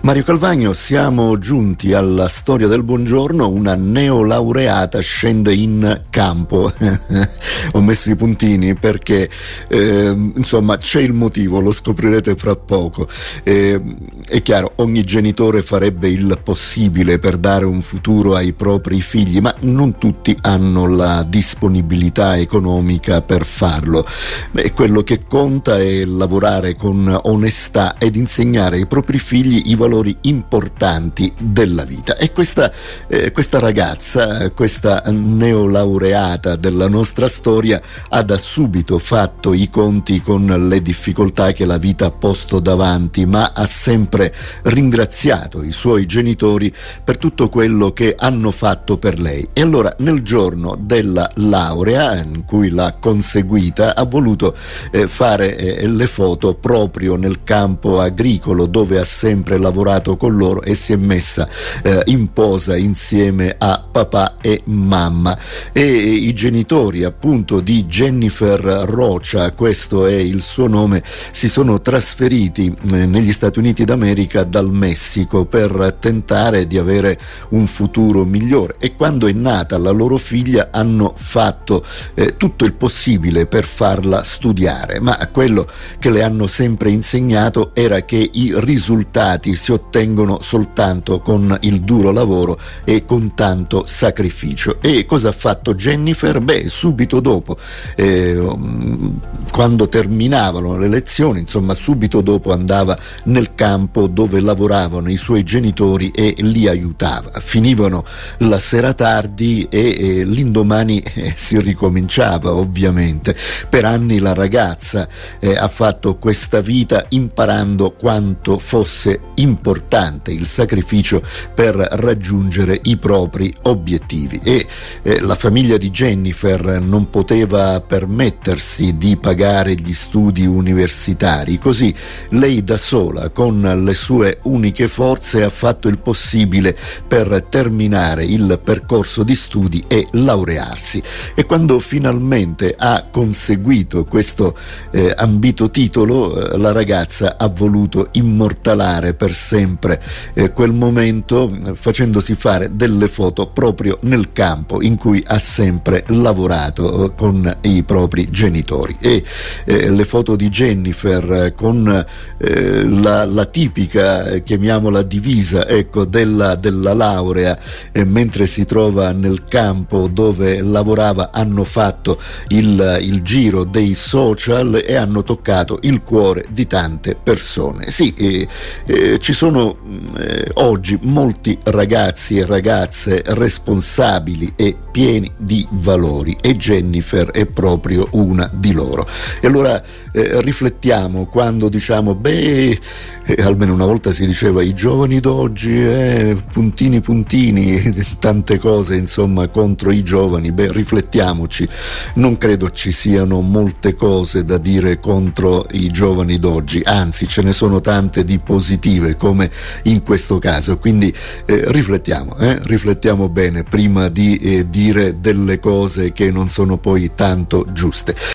Mario Calvagno, siamo giunti alla storia del buongiorno. Una neolaureata scende in campo. Ho messo i puntini perché insomma c'è il motivo, lo scoprirete fra poco. È chiaro, ogni genitore farebbe il possibile per dare un futuro ai propri figli, ma non tutti hanno la disponibilità economica per farlo. Quello che conta è lavorare con onestà ed insegnare ai propri figli i valori importanti della vita. E questa ragazza, questa neolaureata della nostra storia, ha da subito fatto i conti con le difficoltà che la vita ha posto davanti, ma ha sempre ringraziato i suoi genitori per tutto quello che hanno fatto per lei. E allora, nel giorno della laurea, in cui l'ha conseguita, ha voluto fare le foto proprio nel campo agricolo dove ha sempre lavorato con loro, e si è messa in posa insieme a papà e mamma. E i genitori, appunto, di Jennifer Rocha, questo è il suo nome, si sono trasferiti negli Stati Uniti d'America dal Messico per tentare di avere un futuro migliore, e quando è nata la loro figlia hanno fatto tutto il possibile per farla studiare, ma quello che le hanno sempre insegnato era che i risultati si ottengono soltanto con il duro lavoro e con tanto sacrificio. E cosa ha fatto Jennifer? Subito dopo, quando terminavano le lezioni, insomma subito dopo andava nel campo dove lavoravano i suoi genitori e li aiutava. Finivano la sera tardi e l'indomani si ricominciava, ovviamente. Per anni la ragazza ha fatto questa vita imparando quanto fosse importante il sacrificio per raggiungere i propri obiettivi. E la famiglia di Jennifer non poteva permettersi di pagare gli studi universitari, così lei da sola, con le sue uniche forze, ha fatto il possibile per terminare il percorso di studi e laurearsi. E quando finalmente ha conseguito questo ambito titolo, la ragazza ha voluto immortalare per sempre quel momento, facendosi fare delle foto proprio nel campo in cui ha sempre lavorato con i propri genitori. E le foto di Jennifer con la tipica, chiamiamola, divisa, ecco, della laurea, mentre si trova nel campo dove lavorava, hanno fatto il giro dei social e hanno toccato il cuore di tante persone. Sì, ci sono oggi molti ragazzi e ragazze responsabili e pieni di valori, e Jennifer è proprio una di loro. E allora riflettiamo quando diciamo almeno una volta si diceva i giovani d'oggi, puntini, tante cose insomma contro i giovani. Riflettiamoci, non credo ci siano molte cose da dire contro i giovani d'oggi, anzi ce ne sono tante di positive, come in questo caso. Quindi riflettiamo bene prima di dire delle cose che non sono poi tanto giuste.